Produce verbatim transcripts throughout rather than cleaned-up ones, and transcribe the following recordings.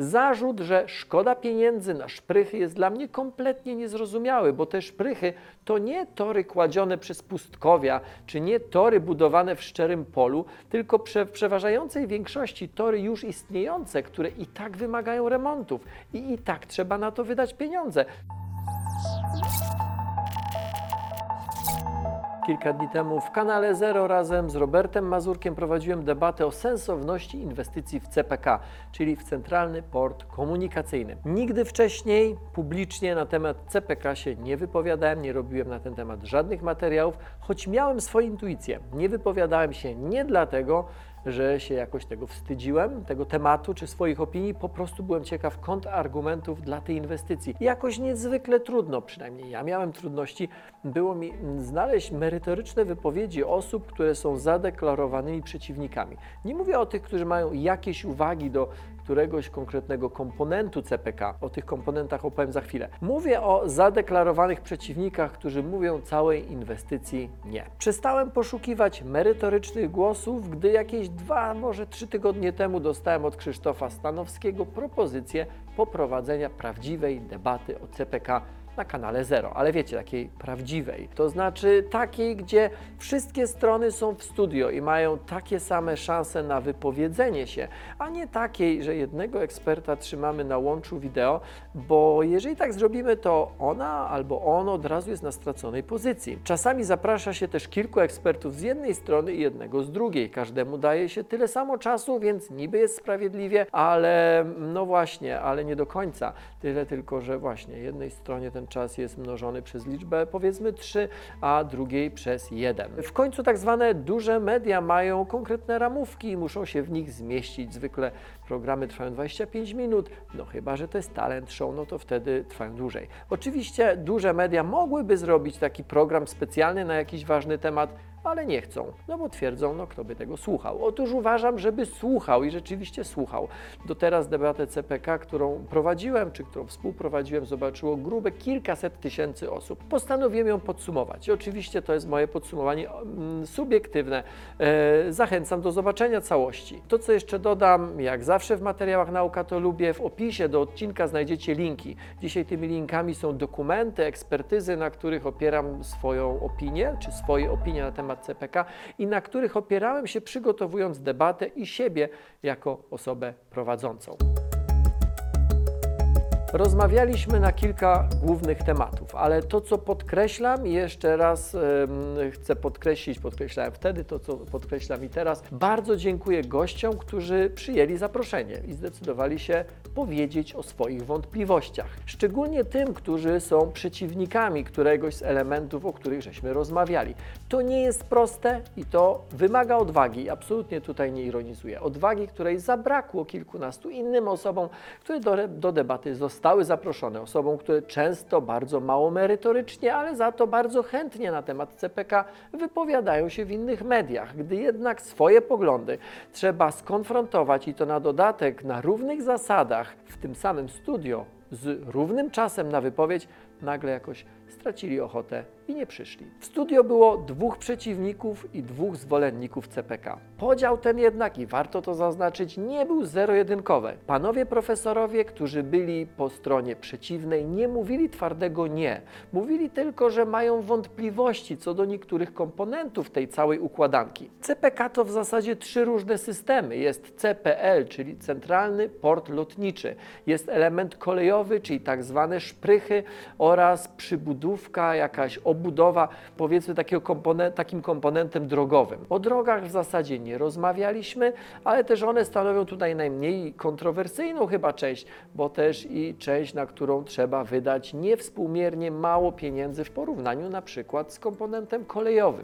Zarzut, że szkoda pieniędzy na szprychy jest dla mnie kompletnie niezrozumiały, bo te szprychy to nie tory kładzione przez pustkowia, czy nie tory budowane w szczerym polu, tylko prze, w przeważającej większości tory już istniejące, które i tak wymagają remontów i i tak trzeba na to wydać pieniądze. Kilka dni temu w kanale Zero razem z Robertem Mazurkiem prowadziłem debatę o sensowności inwestycji w C P K, czyli w Centralny Port Komunikacyjny. Nigdy wcześniej publicznie na temat C P K się nie wypowiadałem, nie robiłem na ten temat żadnych materiałów, choć miałem swoje intuicje. Nie wypowiadałem się nie dlatego, że się jakoś tego wstydziłem, tego tematu czy swoich opinii, po prostu byłem ciekaw kontrargumentów dla tej inwestycji. I jakoś niezwykle trudno, przynajmniej ja miałem trudności, było mi znaleźć merytoryczne wypowiedzi osób, które są zadeklarowanymi przeciwnikami. Nie mówię o tych, którzy mają jakieś uwagi do któregoś konkretnego komponentu C P K. O tych komponentach opowiem za chwilę. Mówię o zadeklarowanych przeciwnikach, którzy mówią całej inwestycji nie. Przestałem poszukiwać merytorycznych głosów, gdy jakieś dwa, może trzy tygodnie temu dostałem od Krzysztofa Stanowskiego propozycję poprowadzenia prawdziwej debaty o C P K na kanale Zero, ale wiecie, takiej prawdziwej, to znaczy takiej, gdzie wszystkie strony są w studio i mają takie same szanse na wypowiedzenie się, a nie takiej, że jednego eksperta trzymamy na łączu wideo, bo jeżeli tak zrobimy, to ona albo on od razu jest na straconej pozycji. Czasami zaprasza się też kilku ekspertów z jednej strony i jednego z drugiej. Każdemu daje się tyle samo czasu, więc niby jest sprawiedliwie, ale no właśnie, ale nie do końca. Tyle tylko, że właśnie jednej stronie ten czas jest mnożony przez liczbę powiedzmy trzy, a drugiej przez jeden. W końcu tak zwane duże media mają konkretne ramówki i muszą się w nich zmieścić. Zwykle programy trwają dwadzieścia pięć minut, no chyba że to jest talent show, no to wtedy trwają dłużej. Oczywiście duże media mogłyby zrobić taki program specjalny na jakiś ważny temat, ale nie chcą, no bo twierdzą, no kto by tego słuchał. Otóż uważam, żeby słuchał i rzeczywiście słuchał. Do teraz debatę C P K, którą prowadziłem, czy którą współprowadziłem, zobaczyło grube kilkaset tysięcy osób. Postanowiłem ją podsumować. I oczywiście to jest moje podsumowanie mm, subiektywne. E, zachęcam do zobaczenia całości. To, co jeszcze dodam, jak zawsze w materiałach Nauka to lubię, w opisie do odcinka znajdziecie linki. Dzisiaj tymi linkami są dokumenty, ekspertyzy, na których opieram swoją opinię, czy swoje opinie na temat C P K i na których opierałem się przygotowując debatę i siebie jako osobę prowadzącą. Rozmawialiśmy na kilka głównych tematów, ale to, co podkreślam i jeszcze raz yy, chcę podkreślić, podkreślałem wtedy, to, co podkreślam i teraz, bardzo dziękuję gościom, którzy przyjęli zaproszenie i zdecydowali się powiedzieć o swoich wątpliwościach. Szczególnie tym, którzy są przeciwnikami któregoś z elementów, o których żeśmy rozmawiali. To nie jest proste i to wymaga odwagi. Absolutnie tutaj nie ironizuję. Odwagi, której zabrakło kilkunastu innym osobom, które do, do debaty zostały Zostały zaproszone, osobom, które często bardzo mało merytorycznie, ale za to bardzo chętnie na temat C P K wypowiadają się w innych mediach. Gdy jednak swoje poglądy trzeba skonfrontować i to na dodatek na równych zasadach w tym samym studio z równym czasem na wypowiedź, nagle jakoś stracili ochotę i nie przyszli. W studio było dwóch przeciwników i dwóch zwolenników C P K. Podział ten jednak, i warto to zaznaczyć, nie był zero-jedynkowy. Panowie profesorowie, którzy byli po stronie przeciwnej, nie mówili twardego nie. Mówili tylko, że mają wątpliwości co do niektórych komponentów tej całej układanki. C P K to w zasadzie trzy różne systemy. Jest C P L, czyli Centralny Port Lotniczy. Jest element kolejowy, czyli tak zwane szprychy oraz przybudówka, jakaś obudowa, powiedzmy takiego komponen- takim komponentem drogowym. O drogach w zasadzie nie rozmawialiśmy, ale też one stanowią tutaj najmniej kontrowersyjną chyba część, bo też i część, na którą trzeba wydać niewspółmiernie mało pieniędzy w porównaniu na przykład z komponentem kolejowym.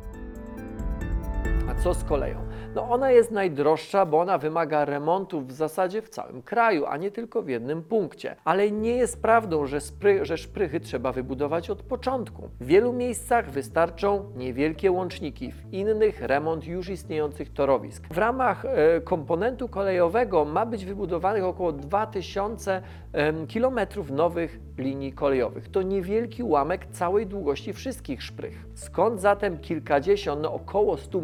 A co z koleją? No ona jest najdroższa, bo ona wymaga remontów w zasadzie w całym kraju, a nie tylko w jednym punkcie. Ale nie jest prawdą, że, spry, że szprychy trzeba wybudować od początku. W wielu miejscach wystarczą niewielkie łączniki, w innych remont już istniejących torowisk. W ramach e, komponentu kolejowego ma być wybudowanych około dwa tysiące e, kilometrów nowych linii kolejowych. To niewielki ułamek całej długości wszystkich szprych. Skąd zatem kilkadziesiąt, no około stu miliardów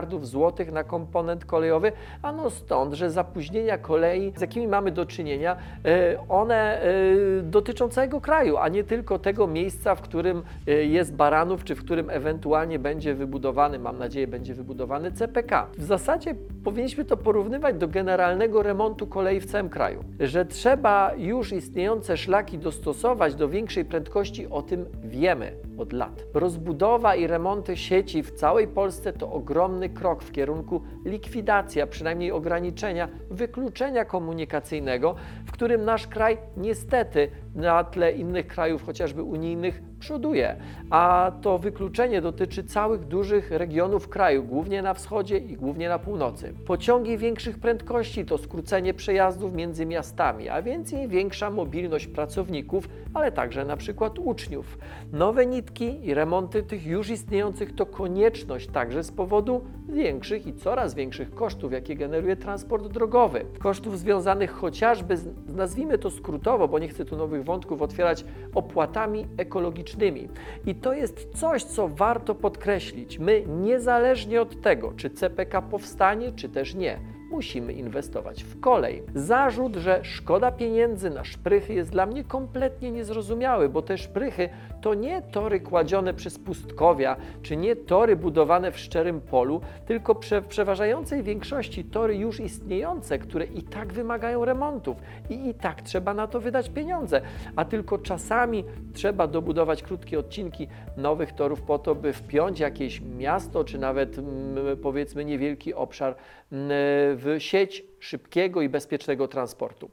miliardów złotych na komponent kolejowy, ano stąd, że zapóźnienia kolei, z jakimi mamy do czynienia, one dotyczą całego kraju, a nie tylko tego miejsca, w którym jest Baranów, czy w którym ewentualnie będzie wybudowany, mam nadzieję, będzie wybudowany C P K. W zasadzie powinniśmy to porównywać do generalnego remontu kolei w całym kraju, że trzeba już istniejące szlaki dostosować do większej prędkości, o tym wiemy od lat. Rozbudowa i remonty sieci w całej Polsce to ogromny krok w kierunku likwidacji, a przynajmniej ograniczenia wykluczenia komunikacyjnego, w którym nasz kraj niestety na tle innych krajów, chociażby unijnych, przoduje, a to wykluczenie dotyczy całych dużych regionów kraju, głównie na wschodzie i głównie na północy. Pociągi większych prędkości to skrócenie przejazdów między miastami, a więc i większa mobilność pracowników, ale także na przykład uczniów. Nowe nitki i remonty tych już istniejących to konieczność także z powodu większych i coraz większych kosztów, jakie generuje transport drogowy. Kosztów związanych chociażby z, nazwijmy to skrótowo, bo nie chcę tu nowych wątków otwierać, opłatami ekologicznymi. I to jest coś, co warto podkreślić. My, niezależnie od tego, czy C P K powstanie, czy też nie, musimy inwestować w kolej. Zarzut, że szkoda pieniędzy na szprychy, jest dla mnie kompletnie niezrozumiały, bo te szprychy to nie tory kładzione przez pustkowia, czy nie tory budowane w szczerym polu, tylko prze, w przeważającej większości tory już istniejące, które i tak wymagają remontów i i tak trzeba na to wydać pieniądze, a tylko czasami trzeba dobudować krótkie odcinki nowych torów po to, by wpiąć jakieś miasto, czy nawet m, powiedzmy niewielki obszar m, w sieć szybkiego i bezpiecznego transportu.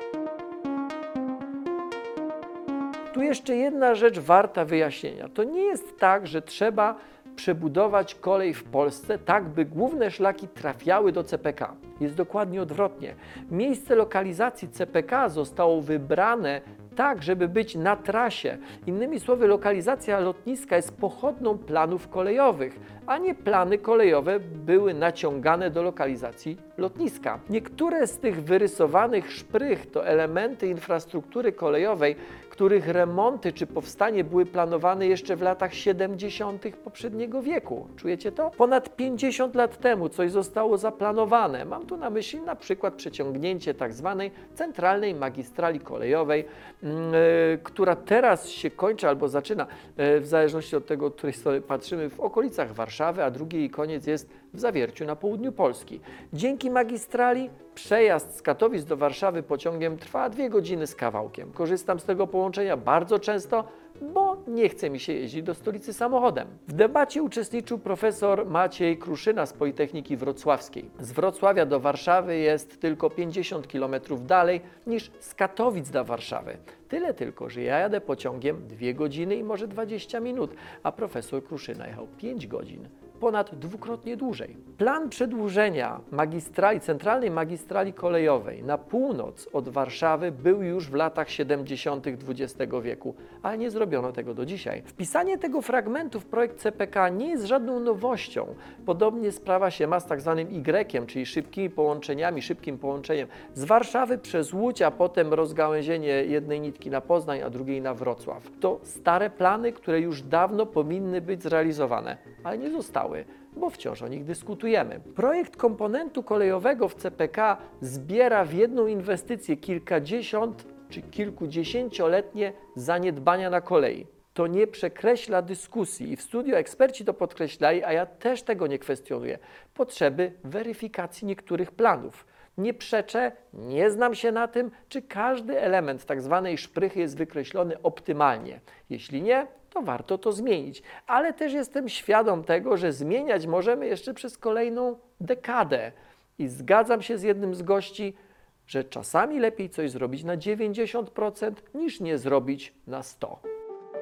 Tu jeszcze jedna rzecz warta wyjaśnienia. To nie jest tak, że trzeba przebudować kolej w Polsce tak, by główne szlaki trafiały do C P K. Jest dokładnie odwrotnie. Miejsce lokalizacji C P K zostało wybrane tak, żeby być na trasie. Innymi słowy, lokalizacja lotniska jest pochodną planów kolejowych, a nie plany kolejowe były naciągane do lokalizacji lotniska. Niektóre z tych wyrysowanych szprych to elementy infrastruktury kolejowej, których remonty czy powstanie były planowane jeszcze w latach siedemdziesiątych poprzedniego wieku. Czujecie to? Ponad pięćdziesiąt lat temu coś zostało zaplanowane. Mam tu na myśli na przykład przeciągnięcie tak zwanej centralnej magistrali kolejowej, yy, która teraz się kończy albo zaczyna, yy, w zależności od tego, od której strony patrzymy, w okolicach Warszawy, a drugi jej koniec jest w Zawierciu na południu Polski. Dzięki magistrali przejazd z Katowic do Warszawy pociągiem trwa dwie godziny z kawałkiem. Korzystam z tego połączenia bardzo często, bo nie chce mi się jeździć do stolicy samochodem. W debacie uczestniczył profesor Maciej Kruszyna z Politechniki Wrocławskiej. Z Wrocławia do Warszawy jest tylko pięćdziesiąt kilometrów dalej niż z Katowic do Warszawy. Tyle tylko, że ja jadę pociągiem dwie godziny i może dwadzieścia minut, a profesor Kruszyna jechał pięć godzin. Ponad dwukrotnie dłużej. Plan przedłużenia magistrali, centralnej magistrali kolejowej na północ od Warszawy był już w latach siedemdziesiątych dwudziestego wieku, ale nie zrobiono tego do dzisiaj. Wpisanie tego fragmentu w projekt C P K nie jest żadną nowością. Podobnie sprawa się ma z tak zwanym Y, czyli szybkimi połączeniami, szybkim połączeniem z Warszawy przez Łódź, a potem rozgałęzienie jednej nitki na Poznań, a drugiej na Wrocław. To stare plany, które już dawno powinny być zrealizowane, ale nie zostały, bo wciąż o nich dyskutujemy. Projekt komponentu kolejowego w C P K zbiera w jedną inwestycję kilkadziesiąt czy kilkudziesięcioletnie zaniedbania na kolei. To nie przekreśla dyskusji i w studiu eksperci to podkreślali, a ja też tego nie kwestionuję, potrzeby weryfikacji niektórych planów. Nie przeczę, nie znam się na tym, czy każdy element tak zwanej szprychy jest wykreślony optymalnie. Jeśli nie, to warto to zmienić. Ale też jestem świadom tego, że zmieniać możemy jeszcze przez kolejną dekadę. I zgadzam się z jednym z gości, że czasami lepiej coś zrobić na dziewięćdziesiąt procent niż nie zrobić na sto procent.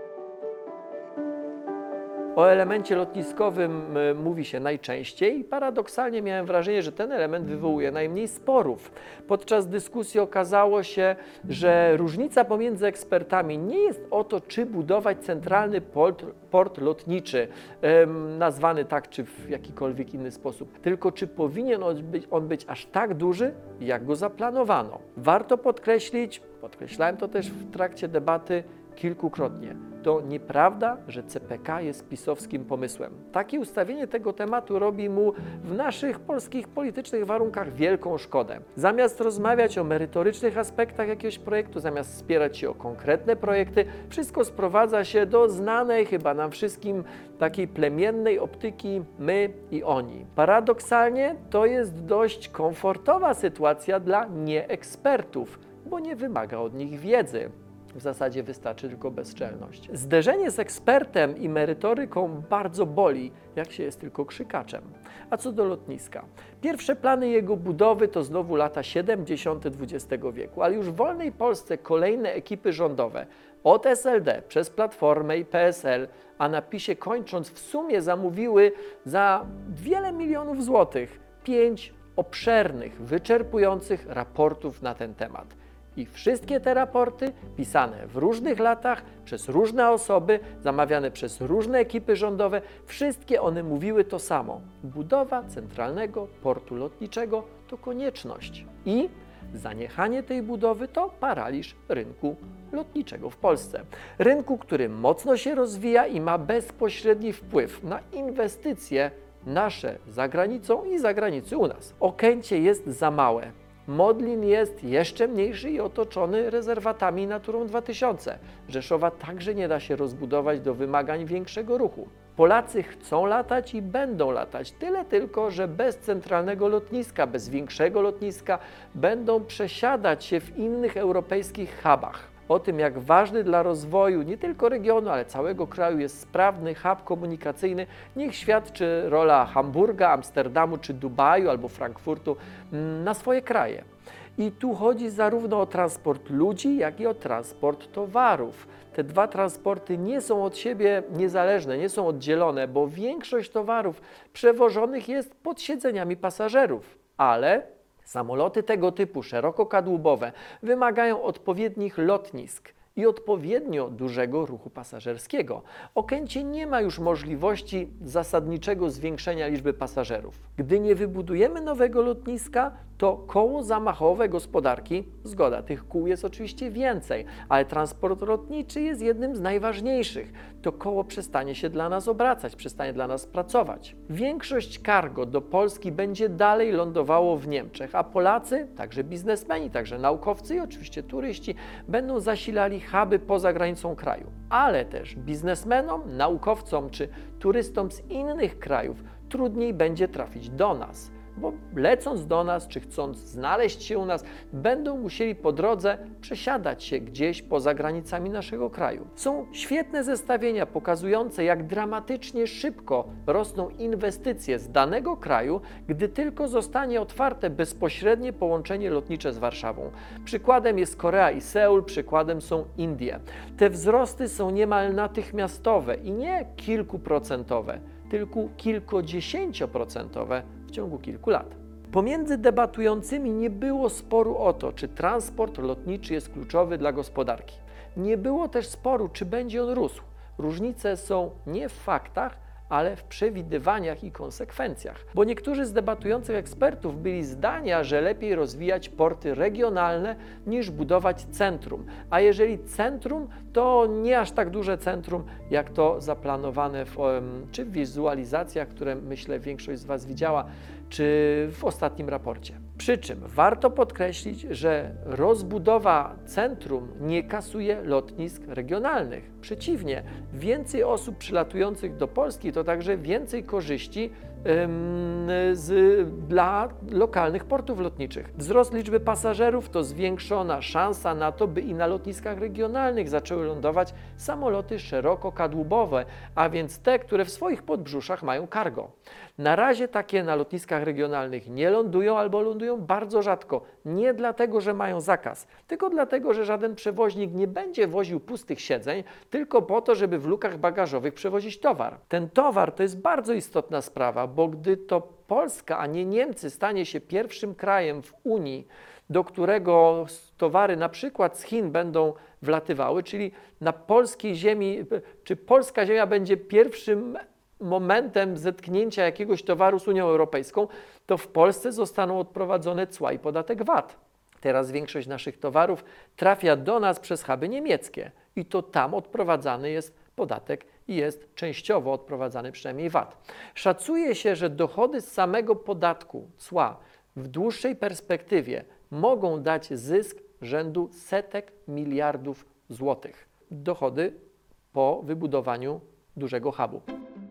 O elemencie lotniskowym y, mówi się najczęściej i paradoksalnie miałem wrażenie, że ten element wywołuje najmniej sporów. Podczas dyskusji okazało się, że różnica pomiędzy ekspertami nie jest o to, czy budować centralny port, port lotniczy, ym, nazwany tak czy w jakikolwiek inny sposób, tylko czy powinien on być, on być aż tak duży, jak go zaplanowano. Warto podkreślić, podkreślałem to też w trakcie debaty, kilkukrotnie. To nieprawda, że C P K jest pisowskim pomysłem. Takie ustawienie tego tematu robi mu w naszych polskich politycznych warunkach wielką szkodę. Zamiast rozmawiać o merytorycznych aspektach jakiegoś projektu, zamiast wspierać się o konkretne projekty, wszystko sprowadza się do znanej chyba nam wszystkim takiej plemiennej optyki my i oni. Paradoksalnie to jest dość komfortowa sytuacja dla nieekspertów, bo nie wymaga od nich wiedzy. W zasadzie wystarczy tylko bezczelność. Zderzenie z ekspertem i merytoryką bardzo boli, jak się jest tylko krzykaczem. A co do lotniska? Pierwsze plany jego budowy to znowu lata siedemdziesiąte dwudziestego wieku, ale już w wolnej Polsce kolejne ekipy rządowe od S L D przez Platformę i P S L, a na PiSie kończąc w sumie zamówiły za wiele milionów złotych pięć obszernych, wyczerpujących raportów na ten temat. I wszystkie te raporty, pisane w różnych latach, przez różne osoby, zamawiane przez różne ekipy rządowe, wszystkie one mówiły to samo. Budowa centralnego portu lotniczego to konieczność. I zaniechanie tej budowy to paraliż rynku lotniczego w Polsce. Rynku, który mocno się rozwija i ma bezpośredni wpływ na inwestycje nasze za granicą i za granicy u nas. Okęcie jest za małe. Modlin jest jeszcze mniejszy i otoczony rezerwatami Naturą dwa tysiące. Rzeszowa także nie da się rozbudować do wymagań większego ruchu. Polacy chcą latać i będą latać, tyle tylko, że bez centralnego lotniska, bez większego lotniska będą przesiadać się w innych europejskich hubach. O tym, jak ważny dla rozwoju nie tylko regionu, ale całego kraju jest sprawny hub komunikacyjny, niech świadczy rola Hamburga, Amsterdamu czy Dubaju albo Frankfurtu na swoje kraje. I tu chodzi zarówno o transport ludzi, jak i o transport towarów. Te dwa transporty nie są od siebie niezależne, nie są oddzielone, bo większość towarów przewożonych jest pod siedzeniami pasażerów, ale samoloty tego typu szerokokadłubowe wymagają odpowiednich lotnisk i odpowiednio dużego ruchu pasażerskiego. Okęcie nie ma już możliwości zasadniczego zwiększenia liczby pasażerów. Gdy nie wybudujemy nowego lotniska, to koło zamachowe gospodarki, zgoda, tych kół jest oczywiście więcej, ale transport lotniczy jest jednym z najważniejszych. To koło przestanie się dla nas obracać, przestanie dla nas pracować. Większość cargo do Polski będzie dalej lądowało w Niemczech, a Polacy, także biznesmeni, także naukowcy i oczywiście turyści będą zasilali huby poza granicą kraju. Ale też biznesmenom, naukowcom czy turystom z innych krajów trudniej będzie trafić do nas, bo lecąc do nas, czy chcąc znaleźć się u nas, będą musieli po drodze przesiadać się gdzieś poza granicami naszego kraju. Są świetne zestawienia pokazujące, jak dramatycznie szybko rosną inwestycje z danego kraju, gdy tylko zostanie otwarte bezpośrednie połączenie lotnicze z Warszawą. Przykładem jest Korea i Seul, przykładem są Indie. Te wzrosty są niemal natychmiastowe i nie kilkuprocentowe, tylko kilkudziesięcioprocentowe w ciągu kilku lat. Pomiędzy debatującymi nie było sporu o to, czy transport lotniczy jest kluczowy dla gospodarki. Nie było też sporu, czy będzie on rósł. Różnice są nie w faktach, ale w przewidywaniach i konsekwencjach. Bo niektórzy z debatujących ekspertów byli zdania, że lepiej rozwijać porty regionalne niż budować centrum. A jeżeli centrum, to nie aż tak duże centrum, jak to zaplanowane w, czy w wizualizacjach, które myślę większość z Was widziała, czy w ostatnim raporcie. Przy czym warto podkreślić, że rozbudowa centrum nie kasuje lotnisk regionalnych. Przeciwnie, więcej osób przylatujących do Polski to także więcej korzyści ym, z, dla lokalnych portów lotniczych. Wzrost liczby pasażerów to zwiększona szansa na to, by i na lotniskach regionalnych zaczęły lądować samoloty szerokokadłubowe, a więc te, które w swoich podbrzuszach mają cargo. Na razie takie na lotniskach regionalnych nie lądują albo lądują bardzo rzadko. Nie dlatego, że mają zakaz, tylko dlatego, że żaden przewoźnik nie będzie woził pustych siedzeń, tylko po to, żeby w lukach bagażowych przewozić towar. Ten towar to jest bardzo istotna sprawa, bo gdy to Polska, a nie Niemcy stanie się pierwszym krajem w Unii, do którego towary na przykład z Chin będą wlatywały, czyli na polskiej ziemi, czy polska ziemia będzie pierwszym momentem zetknięcia jakiegoś towaru z Unią Europejską, to w Polsce zostaną odprowadzone cła i podatek V A T. Teraz większość naszych towarów trafia do nas przez huby niemieckie i to tam odprowadzany jest podatek i jest częściowo odprowadzany przynajmniej V A T. Szacuje się, że dochody z samego podatku cła w dłuższej perspektywie mogą dać zysk rzędu setek miliardów złotych. Dochody po wybudowaniu dużego hubu.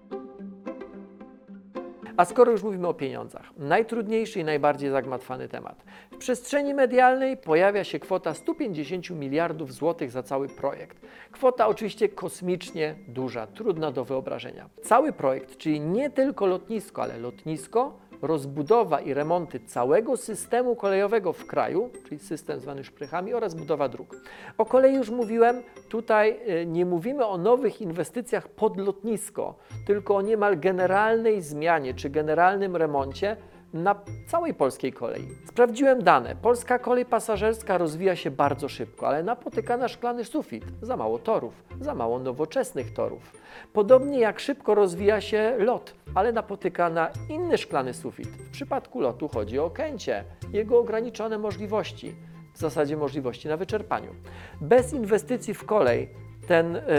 A skoro już mówimy o pieniądzach, najtrudniejszy i najbardziej zagmatwany temat. W przestrzeni medialnej pojawia się kwota stu pięćdziesięciu miliardów złotych za cały projekt. Kwota oczywiście kosmicznie duża, trudna do wyobrażenia. Cały projekt, czyli nie tylko lotnisko, ale lotnisko, rozbudowa i remonty całego systemu kolejowego w kraju, czyli system zwany szprychami, oraz budowa dróg. O kolei już mówiłem, tutaj nie mówimy o nowych inwestycjach pod lotnisko, tylko o niemal generalnej zmianie czy generalnym remoncie na całej polskiej kolei. Sprawdziłem dane. Polska kolej pasażerska rozwija się bardzo szybko, ale napotyka na szklany sufit. Za mało torów, za mało nowoczesnych torów. Podobnie jak szybko rozwija się lot, ale napotyka na inny szklany sufit. W przypadku lotu chodzi o Okęcie, jego ograniczone możliwości, w zasadzie możliwości na wyczerpaniu. Bez inwestycji w kolej ten y,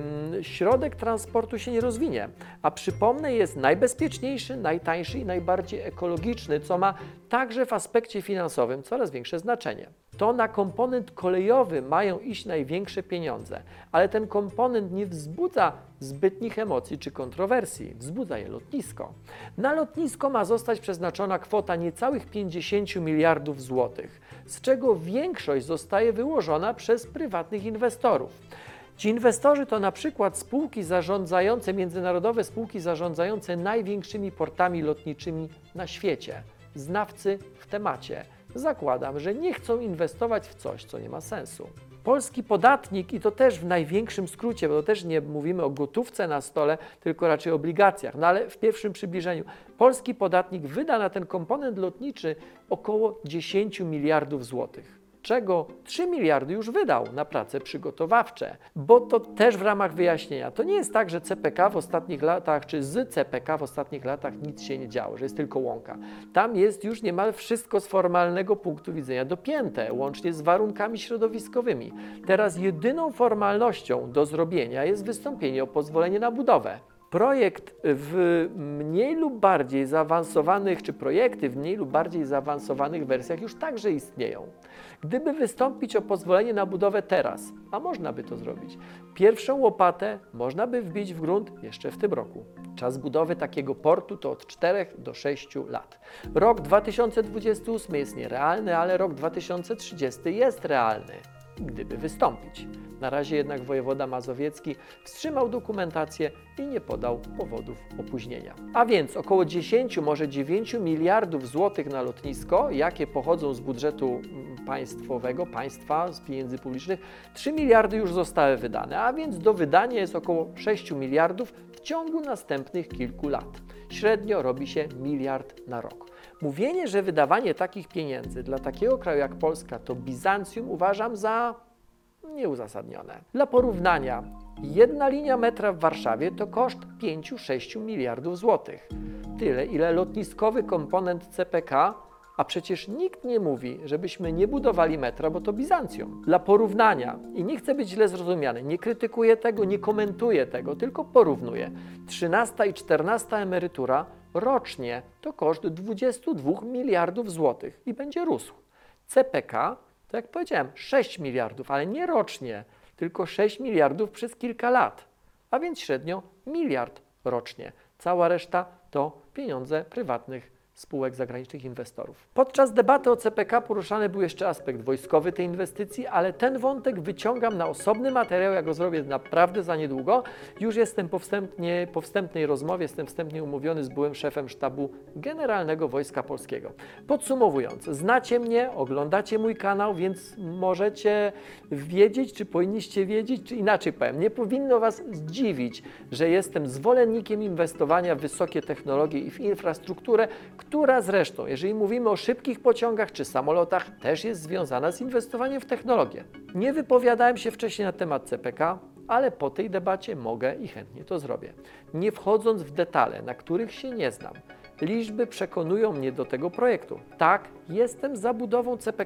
środek transportu się nie rozwinie, a przypomnę, jest najbezpieczniejszy, najtańszy i najbardziej ekologiczny, co ma także w aspekcie finansowym coraz większe znaczenie. To na komponent kolejowy mają iść największe pieniądze, ale ten komponent nie wzbudza zbytnich emocji czy kontrowersji, wzbudza je lotnisko. Na lotnisko ma zostać przeznaczona kwota niecałych pięćdziesięciu miliardów złotych, z czego większość zostaje wyłożona przez prywatnych inwestorów. Ci inwestorzy to na przykład spółki zarządzające, międzynarodowe spółki zarządzające największymi portami lotniczymi na świecie. Znawcy w temacie. Zakładam, że nie chcą inwestować w coś, co nie ma sensu. Polski podatnik, i to też w największym skrócie, bo to też nie mówimy o gotówce na stole, tylko raczej o obligacjach, no ale w pierwszym przybliżeniu, polski podatnik wyda na ten komponent lotniczy około dziesięciu miliardów złotych. Czego trzy miliardy już wydał na prace przygotowawcze, bo to też w ramach wyjaśnienia. To nie jest tak, że C P K w ostatnich latach, czy z C P K w ostatnich latach nic się nie działo, że jest tylko łąka. Tam jest już niemal wszystko z formalnego punktu widzenia dopięte, łącznie z warunkami środowiskowymi. Teraz jedyną formalnością do zrobienia jest wystąpienie o pozwolenie na budowę. Projekt w mniej lub bardziej zaawansowanych, czy projekty w mniej lub bardziej zaawansowanych wersjach już także istnieją. Gdyby wystąpić o pozwolenie na budowę teraz, a można by to zrobić, pierwszą łopatę można by wbić w grunt jeszcze w tym roku. Czas budowy takiego portu to od czterech do sześciu lat. Rok dwa tysiące dwudziesty ósmy jest nierealny, ale rok dwa tysiące trzydziesty jest realny, gdyby wystąpić. Na razie jednak wojewoda mazowiecki wstrzymał dokumentację i nie podał powodów opóźnienia. A więc około dziesięciu, może dziewięciu miliardów złotych na lotnisko, jakie pochodzą z budżetu państwowego, państwa, z pieniędzy publicznych, trzy miliardy już zostały wydane, a więc do wydania jest około sześciu miliardów w ciągu następnych kilku lat. Średnio robi się miliard na rok. Mówienie, że wydawanie takich pieniędzy dla takiego kraju jak Polska to Bizancjum, uważam za nieuzasadnione. Dla porównania, jedna linia metra w Warszawie to koszt pięciu do sześciu miliardów złotych. Tyle, ile lotniskowy komponent C P K, a przecież nikt nie mówi, żebyśmy nie budowali metra, bo to Bizancjum. Dla porównania, i nie chcę być źle zrozumiany, nie krytykuję tego, nie komentuję tego, tylko porównuję. trzynasta i czternasta emerytura rocznie to koszt dwudziestu dwóch miliardów złotych i będzie rósł. C P K, to jak powiedziałem, sześć miliardów, ale nie rocznie, tylko sześć miliardów przez kilka lat, a więc średnio miliard rocznie. Cała reszta to pieniądze prywatnych spółek zagranicznych inwestorów. Podczas debaty o C P K poruszany był jeszcze aspekt wojskowy tej inwestycji, ale ten wątek wyciągam na osobny materiał, ja go zrobię naprawdę za niedługo. Już jestem po, wstępnie, po wstępnej rozmowie, jestem wstępnie umówiony z byłym szefem sztabu Generalnego Wojska Polskiego. Podsumowując, znacie mnie, oglądacie mój kanał, więc możecie wiedzieć, czy powinniście wiedzieć, czy inaczej powiem, nie powinno Was zdziwić, że jestem zwolennikiem inwestowania w wysokie technologie i w infrastrukturę, która zresztą, jeżeli mówimy o szybkich pociągach czy samolotach, też jest związana z inwestowaniem w technologię. Nie wypowiadałem się wcześniej na temat C P K, ale po tej debacie mogę i chętnie to zrobię. Nie wchodząc w detale, na których się nie znam, liczby przekonują mnie do tego projektu. Tak, jestem za budową C P K.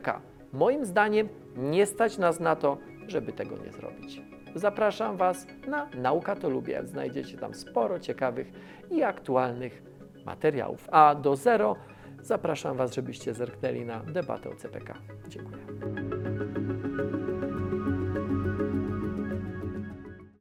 Moim zdaniem nie stać nas na to, żeby tego nie zrobić. Zapraszam Was na Nauka to Lubię. Znajdziecie tam sporo ciekawych i aktualnych materiałów. A do Zero zapraszam Was, żebyście zerknęli na debatę o C P K. Dziękuję.